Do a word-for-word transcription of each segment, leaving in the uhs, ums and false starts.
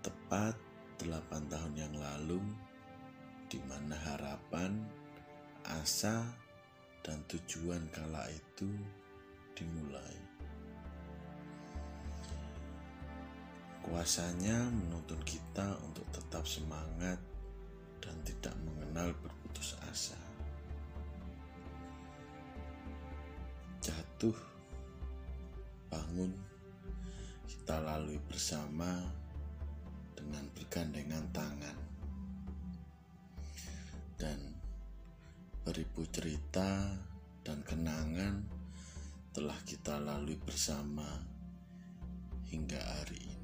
Tepat delapan tahun yang lalu, di mana harapan, asa, dan tujuan kala itu dimulai. Kuasanya menuntun kita untuk tetap semangat dan tidak mengenal berputus asa. Jatuh, bangun, kita lalui bersama dengan bergandengan tangan. Dan beribu cerita dan kenangan telah kita lalui bersama hingga hari ini.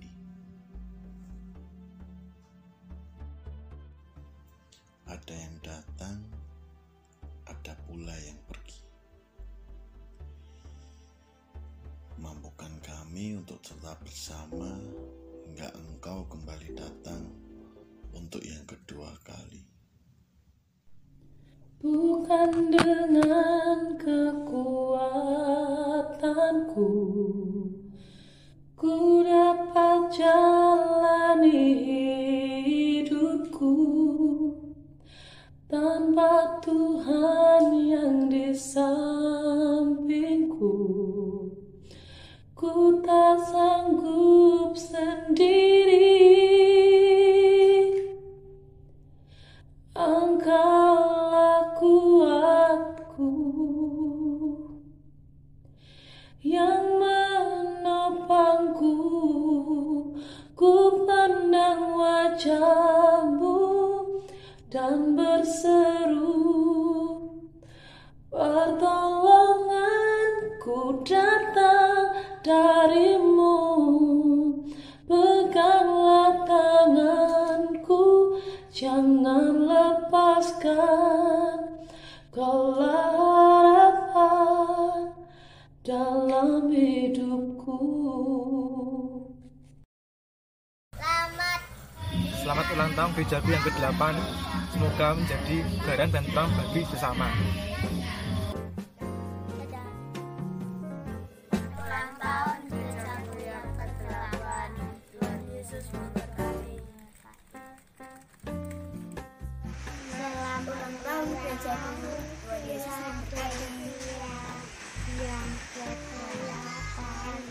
Ada yang datang, ada pula yang pergi. Mampukan kami untuk tetap bersama hingga engkau kembali datang untuk yang kedua kali. Bukan dengan kekuatanku ku dapat jalani hidupku tanpa Tuhan yang di sampingku. Ku tak sanggup sendiri. Engkaulah kuatku yang menopangku. Ku pandang wajah-Mu dan berseru, pertolonganku datang dari-Mu. Peganglah tanganku, jangan lepaskan. Kaulah harapan dalam hidupku. Selamat Selamat ulang tahun gerejaku yang kedelapan. Semoga menjadi garam dan terang bagi sesama. ulang tahun gerejaku yang kedelapan. Tuhan Yesus memberkati. Selamat ulang tahun gerejaku. Tuhan Yesus memberkati. Yang kedelapan.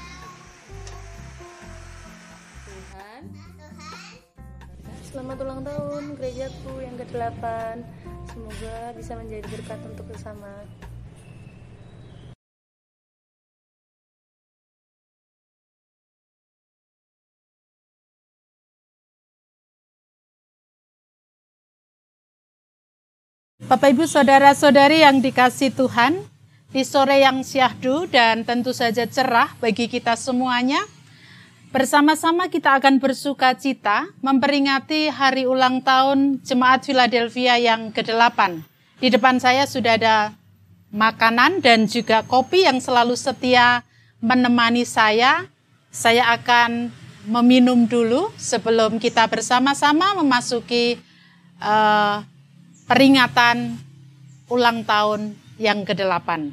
Tuhan, selamat ulang tahun gerejaku yang kedelapan. Semoga bisa menjadi berkat untuk bersama. Bapak Ibu Saudara-saudari yang dikasihi Tuhan, di sore yang syahdu dan tentu saja cerah bagi kita semuanya, bersama-sama kita akan bersuka cita memperingati hari ulang tahun Jemaat Philadelphia yang kedelapan. Di depan saya sudah ada makanan dan juga kopi yang selalu setia menemani saya. Saya akan meminum dulu sebelum kita bersama-sama memasuki uh, peringatan ulang tahun yang kedelapan.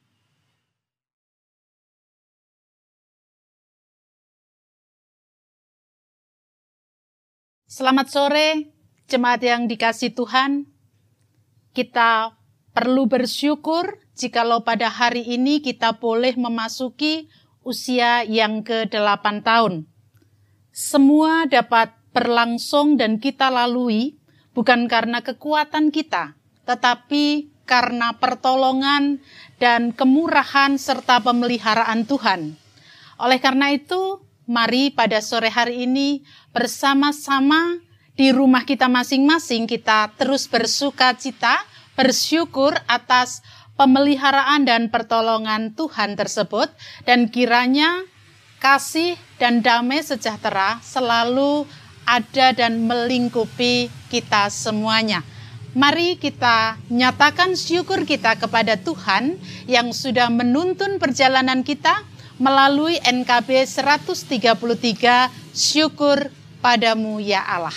Selamat sore, jemaat yang dikasihi Tuhan. Kita perlu bersyukur jikalau pada hari ini kita boleh memasuki usia yang kedelapan tahun. Semua dapat berlangsung dan kita lalui bukan karena kekuatan kita, tetapi karena pertolongan dan kemurahan serta pemeliharaan Tuhan. Oleh karena itu, mari pada sore hari ini bersama-sama di rumah kita masing-masing kita terus bersuka cita, bersyukur atas pemeliharaan dan pertolongan Tuhan tersebut, dan kiranya kasih dan damai sejahtera selalu ada dan melingkupi kita semuanya. Mari kita nyatakan syukur kita kepada Tuhan yang sudah menuntun perjalanan kita melalui N K B seratus tiga puluh tiga, syukur padamu ya Allah.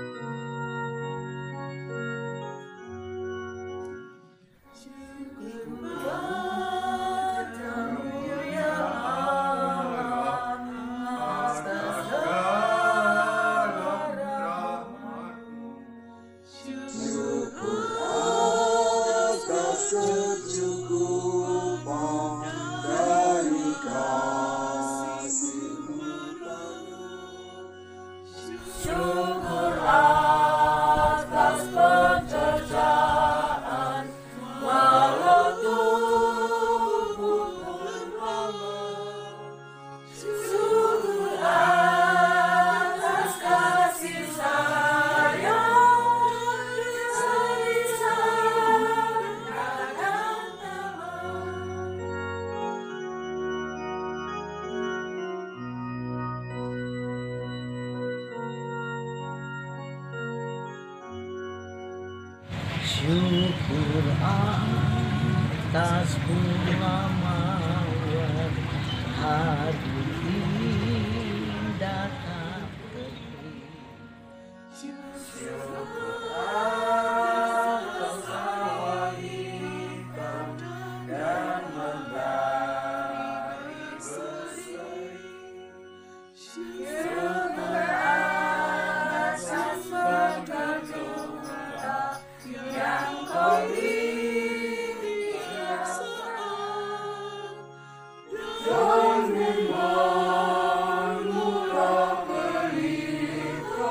Syukur Syukur atas bunga mawar hari indah tak terhenti. Syukur atas awan hitam dan mentari berseri. Syukur atas perkejutan yang kau beri keasaan dan membangunlah pelita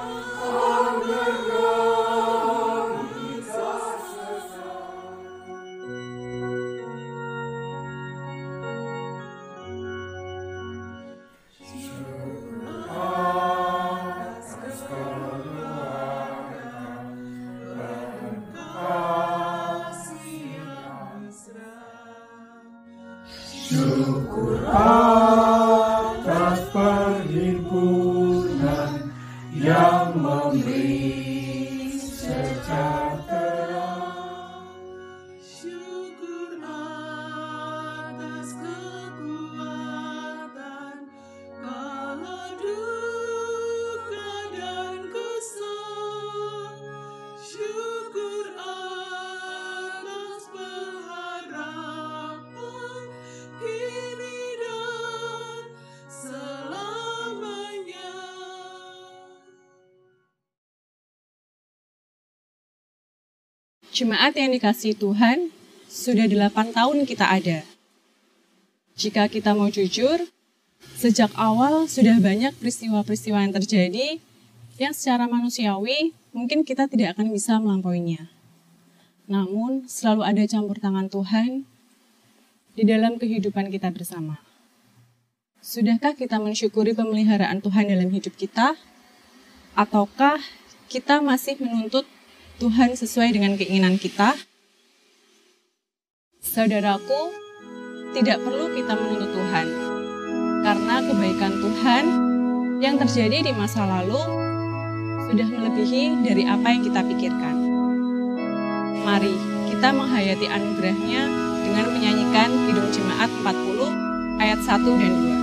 agar bisa sesat. Syukur atas keluarga syukur atas perhimpunan yang memberi sejahtera. Syukur atas kekuatan kala duka dan kesal. Syukur atas pengharapan kini dan selamanya. Jemaat yang dikasihi Tuhan, sudah delapan tahun kita ada. Jika kita mau jujur, sejak awal sudah banyak peristiwa-peristiwa yang terjadi yang secara manusiawi mungkin kita tidak akan bisa melampauinya. Namun, selalu ada campur tangan Tuhan di dalam kehidupan kita bersama. Sudahkah kita mensyukuri pemeliharaan Tuhan dalam hidup kita? Ataukah kita masih menuntut Tuhan sesuai dengan keinginan kita? Saudaraku, tidak perlu kita menuntut Tuhan, karena kebaikan Tuhan yang terjadi di masa lalu sudah melebihi dari apa yang kita pikirkan. Mari kita menghayati anugerah-Nya dengan menyanyikan Kidung Jemaat empat puluh ayat satu dan dua.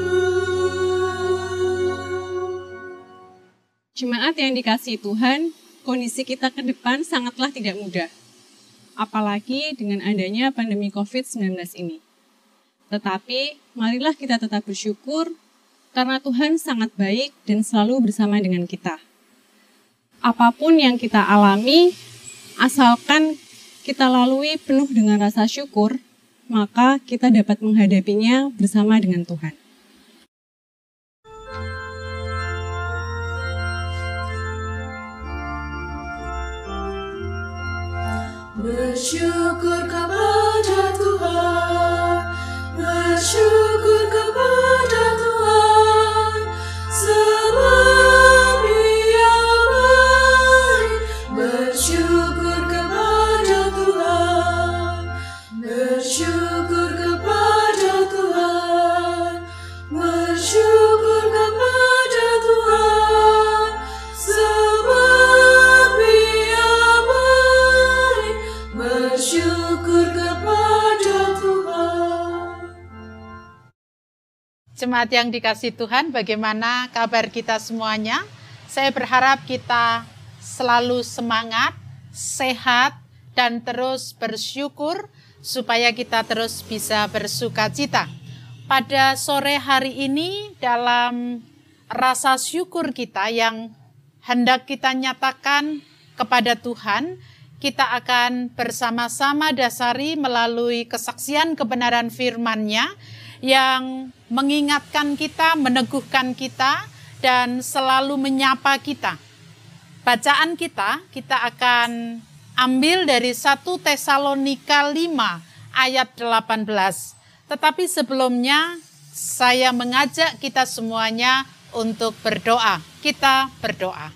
Jemaat yang dikasihi Tuhan, kondisi kita ke depan sangatlah tidak mudah. Apalagi dengan adanya pandemi covid sembilan belas ini. Tetapi, marilah kita tetap bersyukur karena Tuhan sangat baik dan selalu bersama dengan kita. Apapun yang kita alami, asalkan kita lalui penuh dengan rasa syukur, maka kita dapat menghadapinya bersama dengan Tuhan. Bersyukur kepada Tuhan, bersyukur kepada Tuhan, sebab Ia baik. Bersyukur kepada Tuhan, bersyukur kepada Tuhan, bersyukur kepada Tuhan, sebab Ia baik. Bersyukur kepada Tuhan. Jemaat yang dikasihi Tuhan, bagaimana kabar kita semuanya? Saya berharap kita selalu semangat, sehat, dan terus bersyukur supaya kita terus bisa bersuka cita. Pada sore hari ini dalam rasa syukur kita yang hendak kita nyatakan kepada Tuhan, kita akan bersama-sama dasari melalui kesaksian kebenaran firman-Nya yang mengingatkan kita, meneguhkan kita, dan selalu menyapa kita. Bacaan kita, kita akan ambil dari satu Tesalonika lima ayat delapan belas. Tetapi sebelumnya saya mengajak kita semuanya untuk berdoa. Kita berdoa.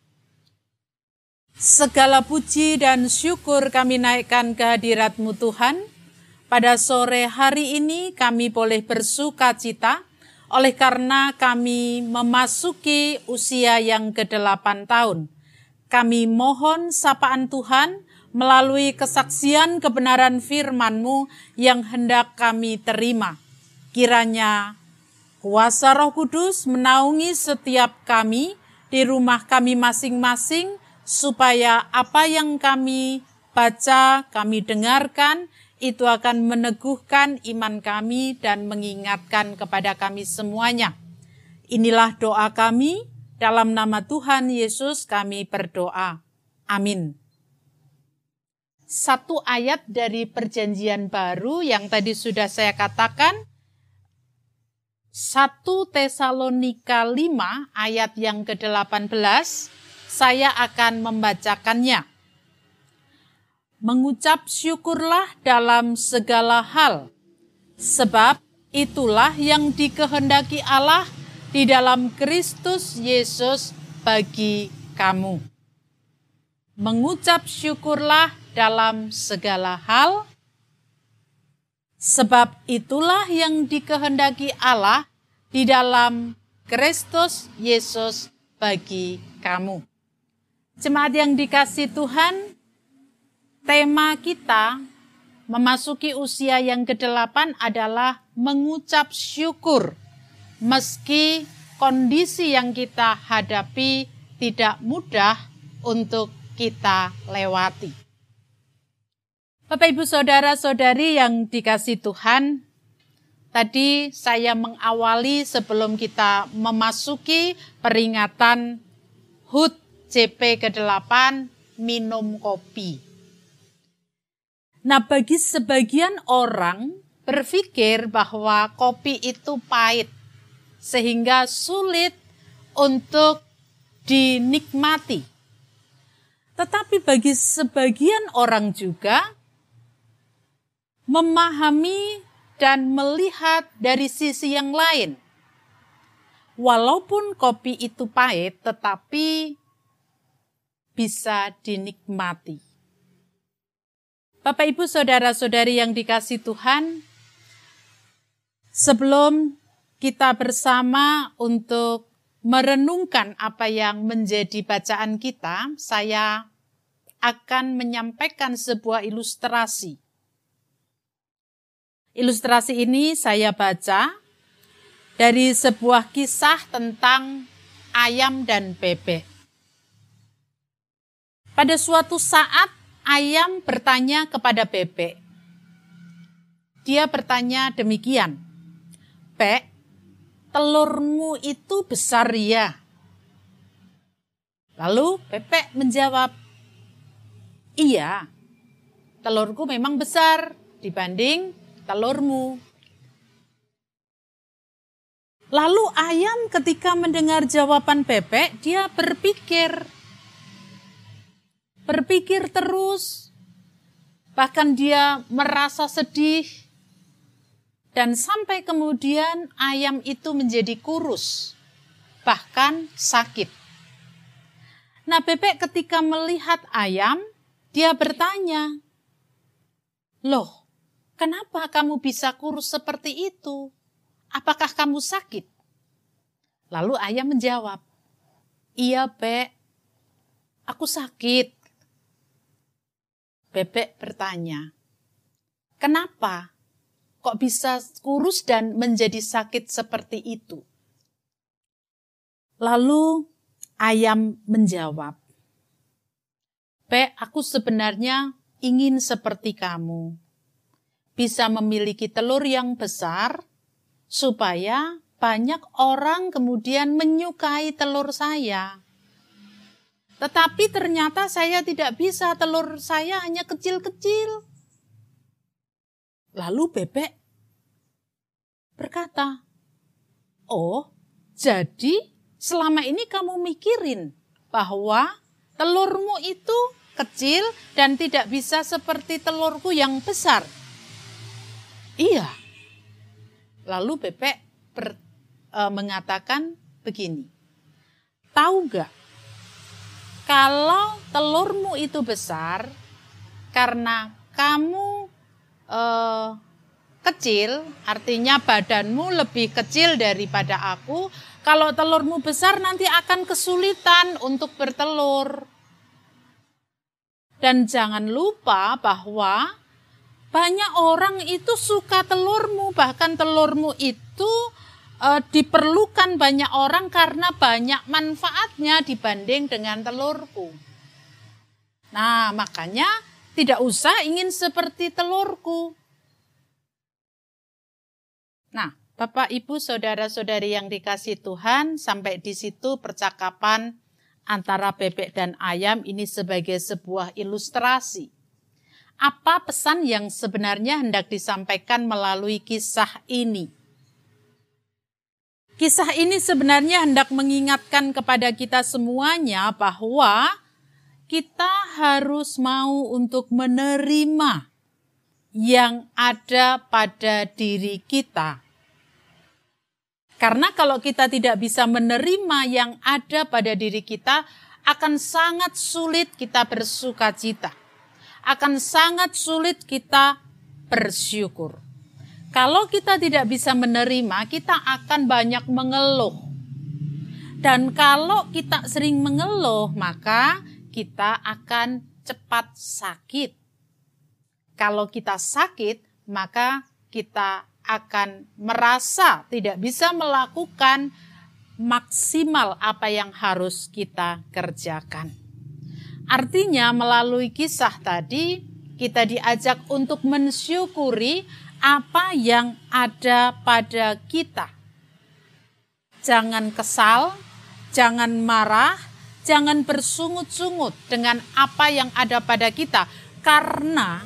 Segala puji dan syukur kami naikkan kehadirat-Mu Tuhan. Pada sore hari ini kami boleh bersuka cita oleh karena kami memasuki usia yang kedelapan tahun. Kami mohon sapaan Tuhan melalui kesaksian kebenaran firman-Mu yang hendak kami terima. Kiranya kuasa Roh Kudus menaungi setiap kami di rumah kami masing-masing, supaya apa yang kami baca, kami dengarkan, itu akan meneguhkan iman kami dan mengingatkan kepada kami semuanya. Inilah doa kami, dalam nama Tuhan Yesus kami berdoa. Amin. Satu ayat dari Perjanjian Baru yang tadi sudah saya katakan, satu Tesalonika lima ayat yang kedelapan belas, saya akan membacakannya. Mengucap syukurlah dalam segala hal, sebab itulah yang dikehendaki Allah di dalam Kristus Yesus bagi kamu. Mengucap syukurlah dalam segala hal, sebab itulah yang dikehendaki Allah di dalam Kristus Yesus bagi kamu. Jemaat yang dikasihi Tuhan, tema kita memasuki usia yang kedelapan adalah mengucap syukur meski kondisi yang kita hadapi tidak mudah untuk kita lewati. Bapak, Ibu, Saudara-saudari yang dikasihi Tuhan, tadi saya mengawali sebelum kita memasuki peringatan H U T J P kedelapan, minum kopi. Nah, bagi sebagian orang berpikir bahwa kopi itu pahit, sehingga sulit untuk dinikmati. Tetapi bagi sebagian orang juga memahami dan melihat dari sisi yang lain. Walaupun kopi itu pahit, tetapi bisa dinikmati. Bapak, Ibu, Saudara-saudari yang dikasihi Tuhan, sebelum kita bersama untuk merenungkan apa yang menjadi bacaan kita, saya akan menyampaikan sebuah ilustrasi. Ilustrasi ini saya baca dari sebuah kisah tentang ayam dan bebek. Pada suatu saat ayam bertanya kepada bebek. Dia bertanya demikian, "Bek, telurmu itu besar ya?" Lalu bebek menjawab, "Iya, telurku memang besar dibanding telurmu." Lalu ayam ketika mendengar jawaban bebek, dia berpikir. Berpikir terus. Bahkan dia merasa sedih. Dan sampai kemudian ayam itu menjadi kurus. Bahkan sakit. Nah, bebek ketika melihat ayam, dia bertanya, "Loh, kenapa kamu bisa kurus seperti itu? Apakah kamu sakit?" Lalu ayam menjawab, "Iya, Bek, aku sakit." Bebek bertanya, "Kenapa? Kok bisa kurus dan menjadi sakit seperti itu?" Lalu ayam menjawab, "Bek, aku sebenarnya ingin seperti kamu. Bisa memiliki telur yang besar, supaya banyak orang kemudian menyukai telur saya. Tetapi ternyata saya tidak bisa, telur saya hanya kecil-kecil." Lalu bebek berkata, "Oh, jadi selama ini kamu mikirin bahwa telurmu itu kecil dan tidak bisa seperti telurku yang besar?" "Iya." Lalu bebek ber, e, mengatakan begini, "Tahu gak, kalau telurmu itu besar karena kamu e, kecil, artinya badanmu lebih kecil daripada aku, kalau telurmu besar nanti akan kesulitan untuk bertelur. Dan jangan lupa bahwa banyak orang itu suka telurmu, bahkan telurmu itu e, diperlukan banyak orang karena banyak manfaatnya dibanding dengan telurku. Nah, makanya tidak usah ingin seperti telurku." Nah, Bapak, Ibu, saudara-saudari yang dikasihi Tuhan, sampai di situ percakapan antara bebek dan ayam ini sebagai sebuah ilustrasi. Apa pesan yang sebenarnya hendak disampaikan melalui kisah ini? Kisah ini sebenarnya hendak mengingatkan kepada kita semuanya bahwa kita harus mau untuk menerima yang ada pada diri kita. Karena kalau kita tidak bisa menerima yang ada pada diri kita, akan sangat sulit kita bersukacita. Akan sangat sulit kita bersyukur. Kalau kita tidak bisa menerima, kita akan banyak mengeluh. Dan kalau kita sering mengeluh, maka kita akan cepat sakit. Kalau kita sakit, maka kita akan merasa tidak bisa melakukan maksimal apa yang harus kita kerjakan. Artinya melalui kisah tadi kita diajak untuk mensyukuri apa yang ada pada kita. Jangan kesal, jangan marah, jangan bersungut-sungut dengan apa yang ada pada kita. Karena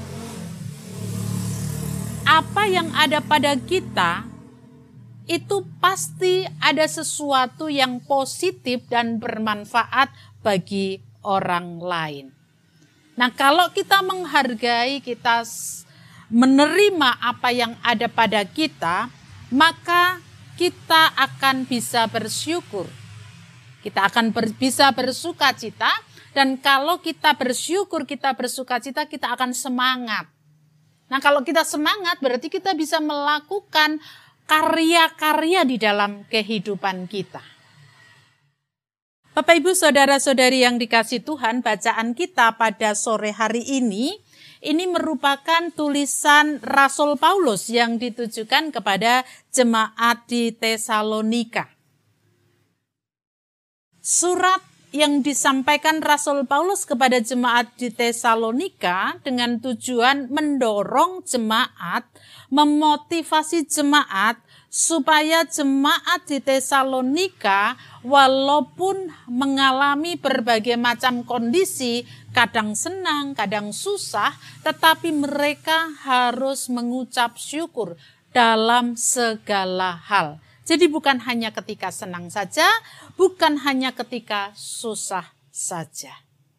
apa yang ada pada kita itu pasti ada sesuatu yang positif dan bermanfaat bagi orang lain. Nah, kalau kita menghargai, kita menerima apa yang ada pada kita, maka kita akan bisa bersyukur. Kita akan ber, bisa bersukacita, dan kalau kita bersyukur, kita bersukacita, kita akan semangat. Nah, kalau kita semangat berarti kita bisa melakukan karya-karya di dalam kehidupan kita. Bapak, Ibu, saudara-saudari yang dikasihi Tuhan, bacaan kita pada sore hari ini, ini merupakan tulisan Rasul Paulus yang ditujukan kepada jemaat di Tesalonika. Surat yang disampaikan Rasul Paulus kepada jemaat di Tesalonika dengan tujuan mendorong jemaat, memotivasi jemaat supaya jemaat di Tesalonika walaupun mengalami berbagai macam kondisi, kadang senang, kadang susah, tetapi mereka harus mengucap syukur dalam segala hal. Jadi bukan hanya ketika senang saja, bukan hanya ketika susah saja.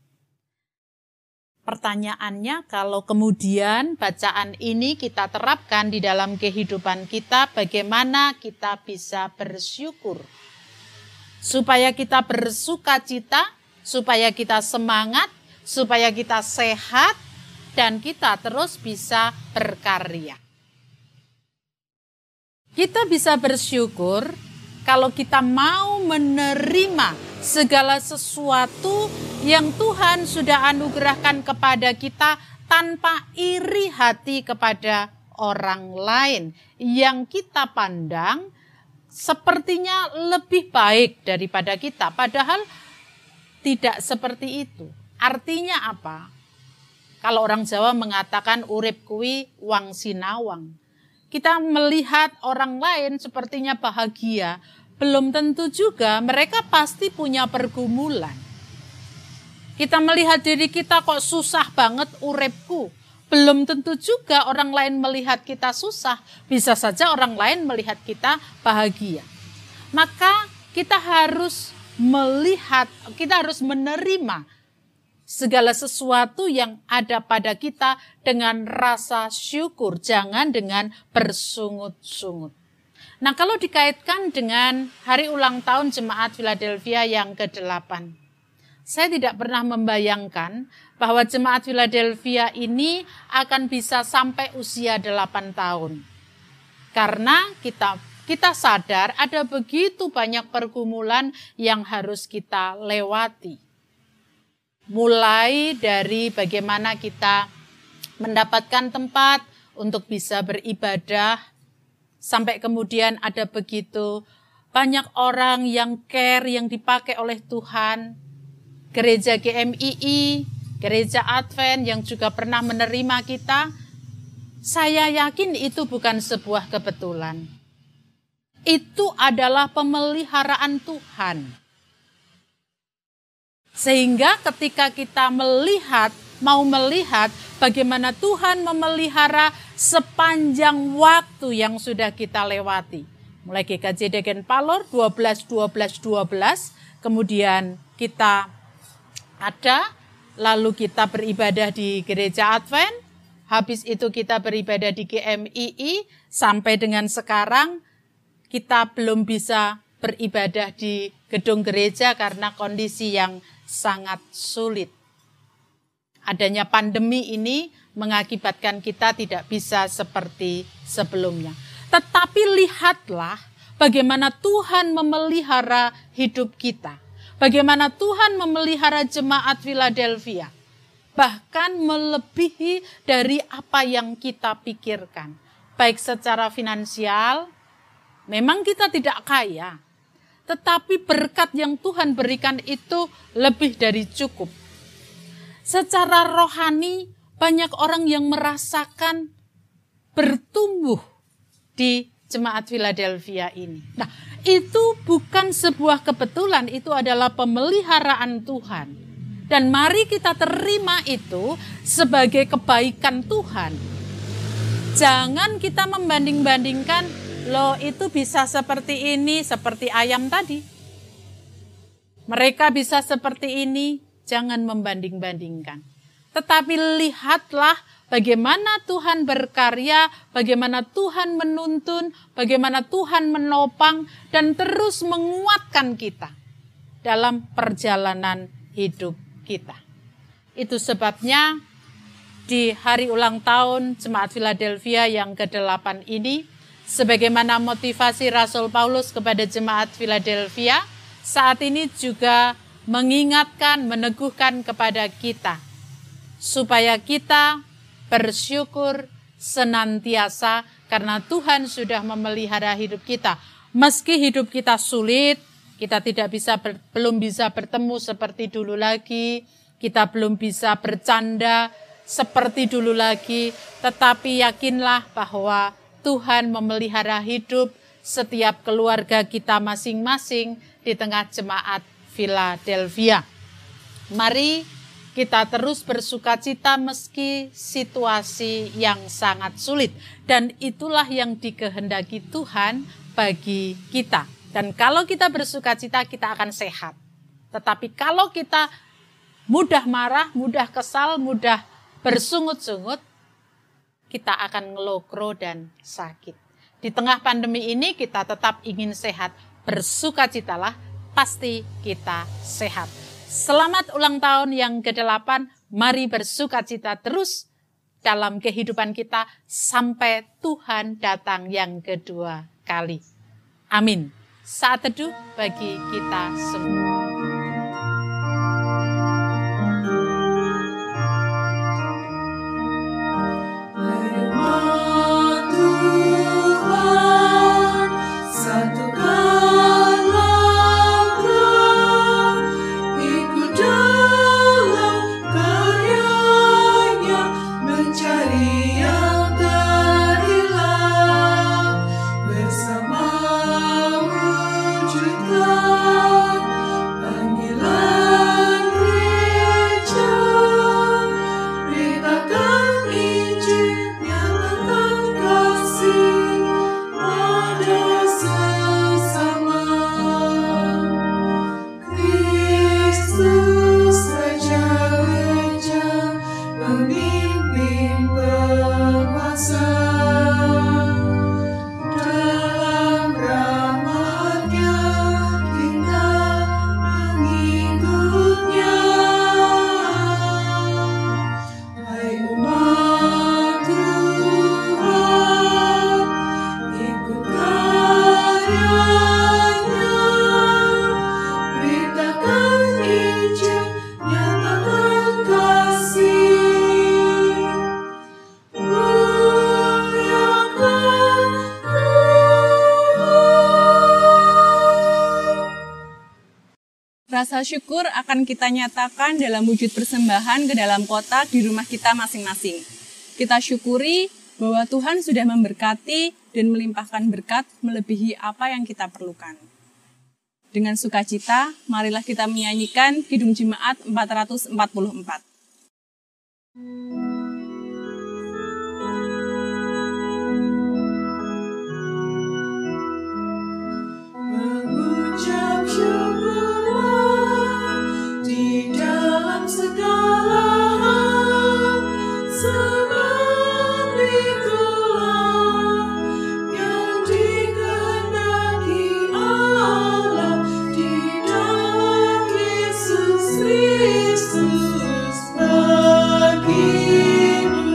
Pertanyaannya, kalau kemudian bacaan ini kita terapkan di dalam kehidupan kita, bagaimana kita bisa bersyukur? Supaya kita bersuka cita, supaya kita semangat, supaya kita sehat, dan kita terus bisa berkarya. Kita bisa bersyukur kalau kita mau menerima segala sesuatu yang Tuhan sudah anugerahkan kepada kita tanpa iri hati kepada orang lain yang kita pandang sepertinya lebih baik daripada kita. Padahal tidak seperti itu. Artinya apa? Kalau orang Jawa mengatakan urip kuwi wang sinawang. Kita melihat orang lain sepertinya bahagia, belum tentu juga mereka pasti punya pergumulan. Kita melihat diri kita kok susah banget uripku, belum tentu juga orang lain melihat kita susah, bisa saja orang lain melihat kita bahagia. Maka kita harus melihat, kita harus menerima segala sesuatu yang ada pada kita dengan rasa syukur, jangan dengan bersungut-sungut. Nah, kalau dikaitkan dengan hari ulang tahun Jemaat Philadelphia yang kedelapan, saya tidak pernah membayangkan bahwa Jemaat Philadelphia ini akan bisa sampai usia delapan tahun. Karena kita kita sadar ada begitu banyak pergumulan yang harus kita lewati. Mulai dari bagaimana kita mendapatkan tempat untuk bisa beribadah, sampai kemudian ada begitu banyak orang yang care, yang dipakai oleh Tuhan. Gereja G M I I, Gereja Advent yang juga pernah menerima kita. Saya yakin itu bukan sebuah kebetulan. Itu adalah pemeliharaan Tuhan. Sehingga ketika kita melihat, mau melihat bagaimana Tuhan memelihara sepanjang waktu yang sudah kita lewati. Mulai G K J Degen Palor dua belas, dua belas, dua belas, kemudian kita ada, lalu kita beribadah di Gereja Advent, habis itu kita beribadah di G M I I, sampai dengan sekarang kita belum bisa beribadah di gedung gereja karena kondisi yang sangat sulit. Adanya pandemi ini mengakibatkan kita tidak bisa seperti sebelumnya. Tetapi lihatlah bagaimana Tuhan memelihara hidup kita. Bagaimana Tuhan memelihara jemaat Philadelphia. Bahkan melebihi dari apa yang kita pikirkan. Baik secara finansial, memang kita tidak kaya. Tetapi berkat yang Tuhan berikan itu lebih dari cukup. Secara rohani, banyak orang yang merasakan bertumbuh di Jemaat Philadelphia ini. Nah, itu bukan sebuah kebetulan, itu adalah pemeliharaan Tuhan. Dan mari kita terima itu sebagai kebaikan Tuhan. Jangan kita membanding-bandingkan, loh itu bisa seperti ini, seperti ayam tadi. Mereka bisa seperti ini, jangan membanding-bandingkan. Tetapi lihatlah bagaimana Tuhan berkarya, bagaimana Tuhan menuntun, bagaimana Tuhan menopang dan terus menguatkan kita dalam perjalanan hidup kita. Itu sebabnya di hari ulang tahun Jemaat Philadelphia yang kedelapan ini, sebagaimana motivasi Rasul Paulus kepada Jemaat Philadelphia, saat ini juga mengingatkan, meneguhkan kepada kita, supaya kita bersyukur senantiasa karena Tuhan sudah memelihara hidup kita. Meski hidup kita sulit, Kita tidak bisa ber, belum bisa bertemu seperti dulu lagi. Kita belum bisa bercanda seperti dulu lagi. Tetapi yakinlah bahwa Tuhan memelihara hidup setiap keluarga kita masing-masing di tengah jemaat Philadelphia. Mari kita terus bersukacita meski situasi yang sangat sulit. Dan itulah yang dikehendaki Tuhan bagi kita. Dan kalau kita bersukacita, kita akan sehat. Tetapi kalau kita mudah marah, mudah kesal, mudah bersungut-sungut, kita akan ngelokro dan sakit. Di tengah pandemi ini kita tetap ingin sehat. Bersukacitalah, pasti kita sehat. Selamat ulang tahun yang kedelapan. Mari bersukacita terus dalam kehidupan kita sampai Tuhan datang yang kedua kali. Amin. Saat teduh bagi kita semua. Rasa syukur akan kita nyatakan dalam wujud persembahan ke dalam kotak di rumah kita masing-masing. Kita syukuri bahwa Tuhan sudah memberkati dan melimpahkan berkat melebihi apa yang kita perlukan. Dengan sukacita, marilah kita menyanyikan Kidung Jemaat empat ratus empat puluh empat. Mengucap syukurlah di dalam segala hal, sebab itulah yang dikehendaki Allah di dalam Yesus Kristus bagimu.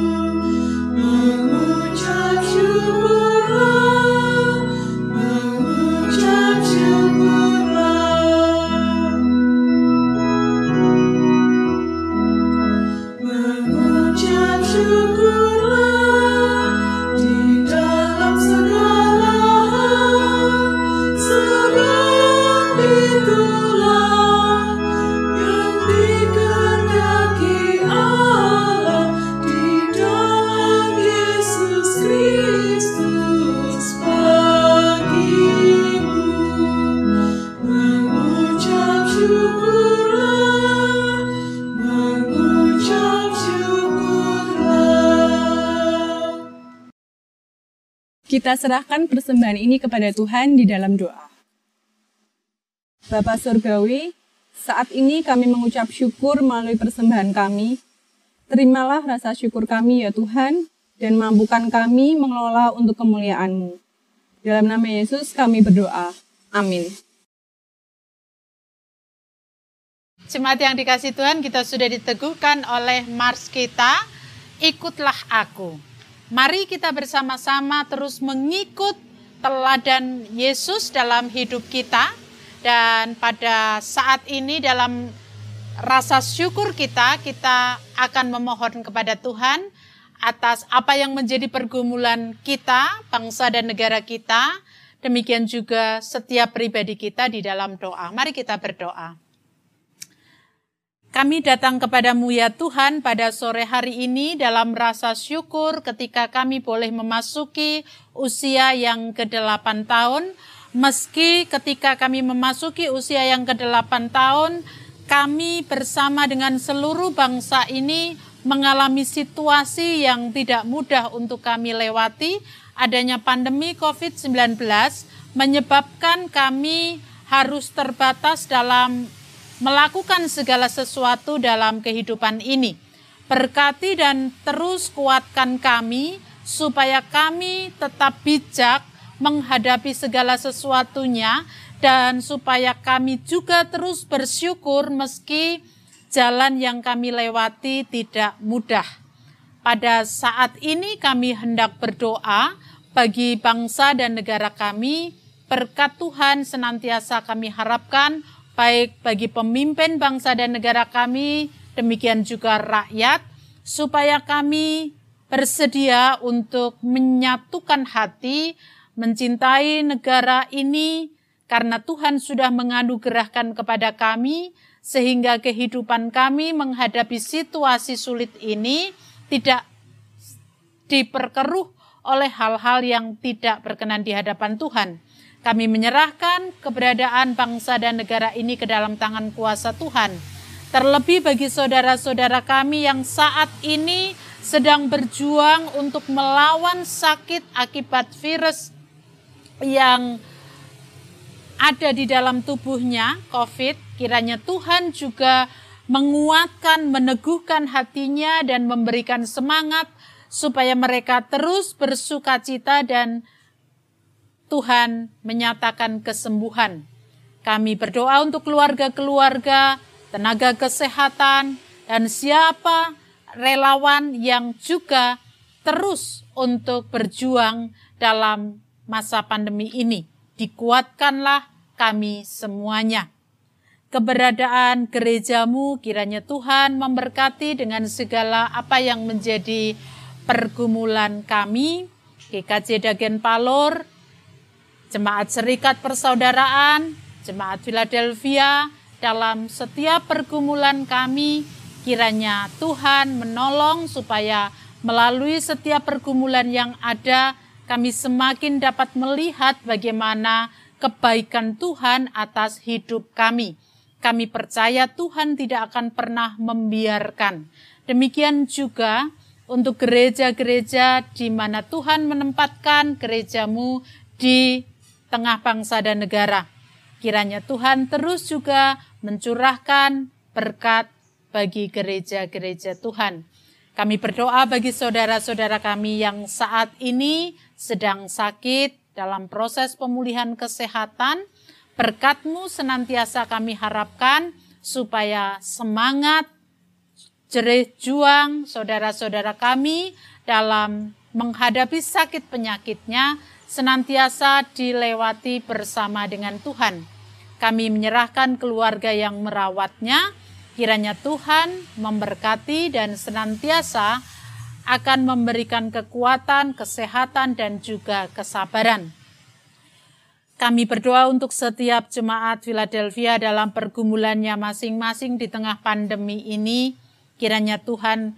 Mengucap syukurlah, mengucap syukurlah, mengucap syukurlah di dalam segala hal, sebab itulah yang dikehendaki Allah di dalam Yesus Kristus bagimu. Mengucap syukurlah, mengucap syukurlah. Kita serahkan persembahan ini kepada Tuhan di dalam doa. Bapa Surgawi, saat ini kami mengucap syukur melalui persembahan kami. Terimalah rasa syukur kami ya Tuhan, dan mampukan kami mengelola untuk kemuliaan-Mu. Dalam nama Yesus kami berdoa. Amin. Jemaat yang dikasih Tuhan, kita sudah diteguhkan oleh mars kita, ikutlah aku. Mari kita bersama-sama terus mengikut teladan Yesus dalam hidup kita. Dan pada saat ini dalam rasa syukur kita, kita akan memohon kepada Tuhan atas apa yang menjadi pergumulan kita, bangsa dan negara kita. Demikian juga setiap pribadi kita di dalam doa. Mari kita berdoa. Kami datang kepadamu ya Tuhan pada sore hari ini dalam rasa syukur ketika kami boleh memasuki usia yang kedelapan tahun. Meski ketika kami memasuki usia yang kedelapan tahun, kami bersama dengan seluruh bangsa ini mengalami situasi yang tidak mudah untuk kami lewati. Adanya pandemi covid sembilan belas menyebabkan kami harus terbatas dalam melakukan segala sesuatu dalam kehidupan ini. Berkati dan terus kuatkan kami supaya kami tetap bijak menghadapi segala sesuatunya dan supaya kami juga terus bersyukur meski jalan yang kami lewati tidak mudah. Pada saat ini kami hendak berdoa bagi bangsa dan negara kami. Berkat Tuhan senantiasa kami harapkan baik bagi pemimpin bangsa dan negara kami, demikian juga rakyat, supaya kami bersedia untuk menyatukan hati, mencintai negara ini, karena Tuhan sudah menganugerahkan kepada kami, sehingga kehidupan kami menghadapi situasi sulit ini tidak diperkeruh oleh hal-hal yang tidak berkenan di hadapan Tuhan. Kami menyerahkan keberadaan bangsa dan negara ini ke dalam tangan kuasa Tuhan. Terlebih bagi saudara-saudara kami yang saat ini sedang berjuang untuk melawan sakit akibat virus yang ada di dalam tubuhnya, COVID. Kiranya Tuhan juga menguatkan, meneguhkan hatinya dan memberikan semangat supaya mereka terus bersukacita dan Tuhan menyatakan kesembuhan. Kami berdoa untuk keluarga-keluarga, tenaga kesehatan, dan siapa relawan yang juga terus untuk berjuang dalam masa pandemi ini. Dikuatkanlah kami semuanya. Keberadaan gerejamu kiranya Tuhan memberkati dengan segala apa yang menjadi pergumulan kami. G K J Dagen Palor, Jemaat Serikat Persaudaraan, Jemaat Philadelphia, dalam setiap pergumulan kami, kiranya Tuhan menolong supaya melalui setiap pergumulan yang ada, kami semakin dapat melihat bagaimana kebaikan Tuhan atas hidup kami. Kami percaya Tuhan tidak akan pernah membiarkan. Demikian juga untuk gereja-gereja di mana Tuhan menempatkan gerejamu di tengah bangsa dan negara. Kiranya Tuhan terus juga mencurahkan berkat bagi gereja-gereja Tuhan. Kami berdoa bagi saudara-saudara kami yang saat ini sedang sakit dalam proses pemulihan kesehatan. Berkat-Mu senantiasa kami harapkan supaya semangat, jerih juang saudara-saudara kami dalam menghadapi sakit penyakitnya senantiasa dilewati bersama dengan Tuhan. Kami menyerahkan keluarga yang merawatnya, kiranya Tuhan memberkati dan senantiasa akan memberikan kekuatan, kesehatan, dan juga kesabaran. Kami berdoa untuk setiap jemaat Philadelphia dalam pergumulannya masing-masing di tengah pandemi ini. Kiranya Tuhan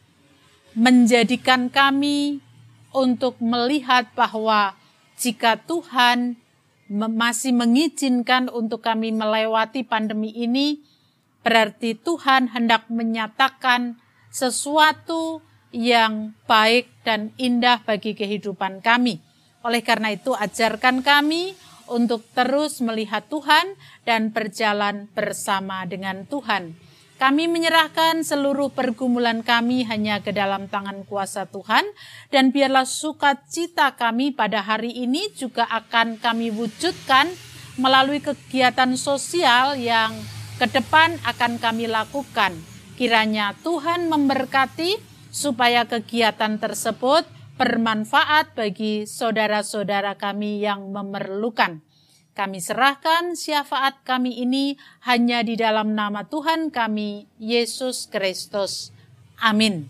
menjadikan kami untuk melihat bahwa jika Tuhan masih mengizinkan untuk kami melewati pandemi ini, berarti Tuhan hendak menyatakan sesuatu yang baik dan indah bagi kehidupan kami. Oleh karena itu, ajarkan kami untuk terus melihat Tuhan dan berjalan bersama dengan Tuhan. Kami menyerahkan seluruh pergumulan kami hanya ke dalam tangan kuasa Tuhan, dan biarlah sukacita kami pada hari ini juga akan kami wujudkan melalui kegiatan sosial yang ke depan akan kami lakukan. Kiranya Tuhan memberkati supaya kegiatan tersebut bermanfaat bagi saudara-saudara kami yang memerlukan. Kami serahkan syafaat kami ini hanya di dalam nama Tuhan kami, Yesus Kristus. Amin.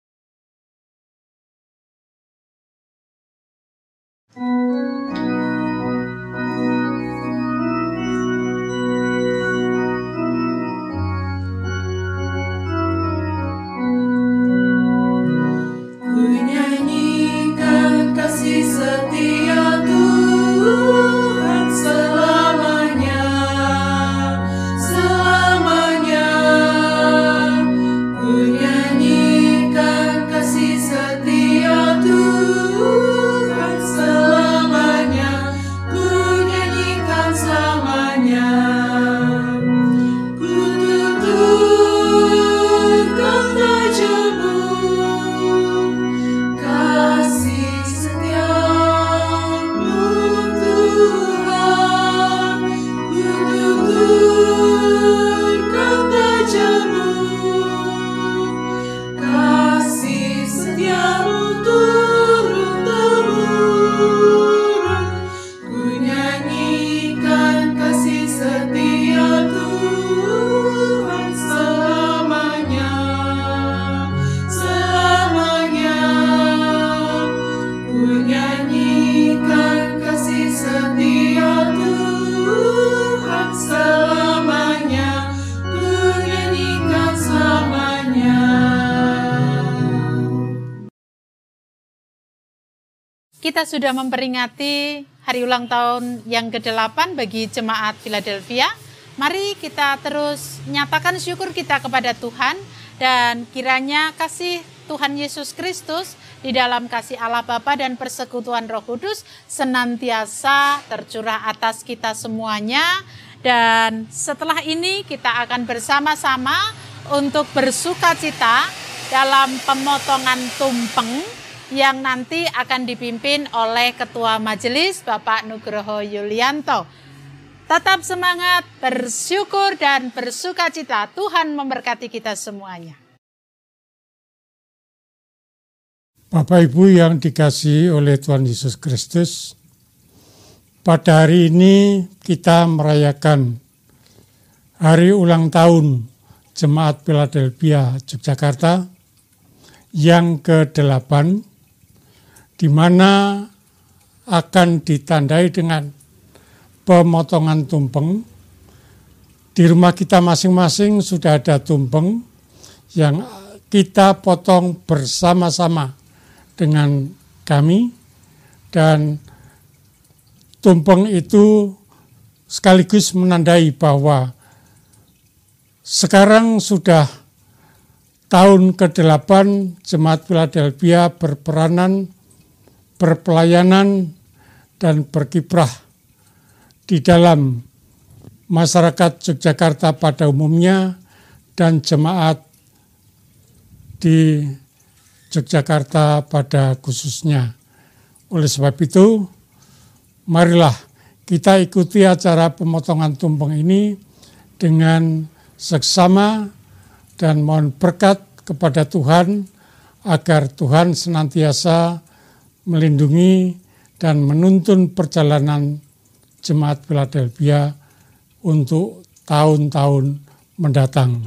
Thank you. kita sudah memperingati hari ulang tahun yang kedelapan bagi Jemaat Philadelphia. Mari kita terus nyatakan syukur kita kepada Tuhan, dan kiranya kasih Tuhan Yesus Kristus di dalam kasih Allah Bapa dan persekutuan Roh Kudus senantiasa tercurah atas kita semuanya. Dan setelah ini kita akan bersama-sama untuk bersukacita dalam pemotongan tumpeng yang nanti akan dipimpin oleh Ketua Majelis Bapak Nugroho Yulianto. Tetap semangat, bersyukur dan bersukacita. Tuhan memberkati kita semuanya. Bapak Ibu yang dikasihi oleh Tuhan Yesus Kristus, pada hari ini kita merayakan hari ulang tahun Jemaat Philadelphia Yogyakarta yang kedelapan, di mana akan ditandai dengan pemotongan tumpeng. Di rumah kita masing-masing sudah ada tumpeng yang kita potong bersama-sama dengan kami, dan tumpeng itu sekaligus menandai bahwa sekarang sudah tahun kedelapan Jemaat Philadelphia berperanan, berpelayanan, dan berkiprah di dalam masyarakat Yogyakarta pada umumnya dan jemaat di Yogyakarta pada khususnya. Oleh sebab itu, marilah kita ikuti acara pemotongan tumpeng ini dengan seksama dan mohon berkat kepada Tuhan agar Tuhan senantiasa melindungi dan menuntun perjalanan Jemaat Philadelphia untuk tahun-tahun mendatang.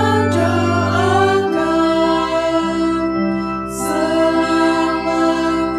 Selamat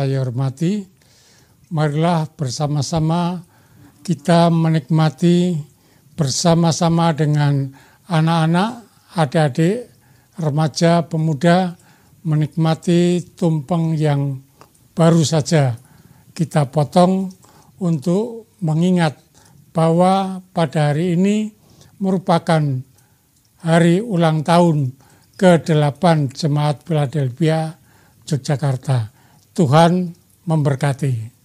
saya hormati, marilah bersama-sama kita menikmati bersama-sama dengan anak-anak, adik-adik, remaja, pemuda, menikmati tumpeng yang baru saja kita potong untuk mengingat bahwa pada hari ini merupakan hari ulang tahun ke delapan Jemaat Philadelphia Yogyakarta. Tuhan memberkati.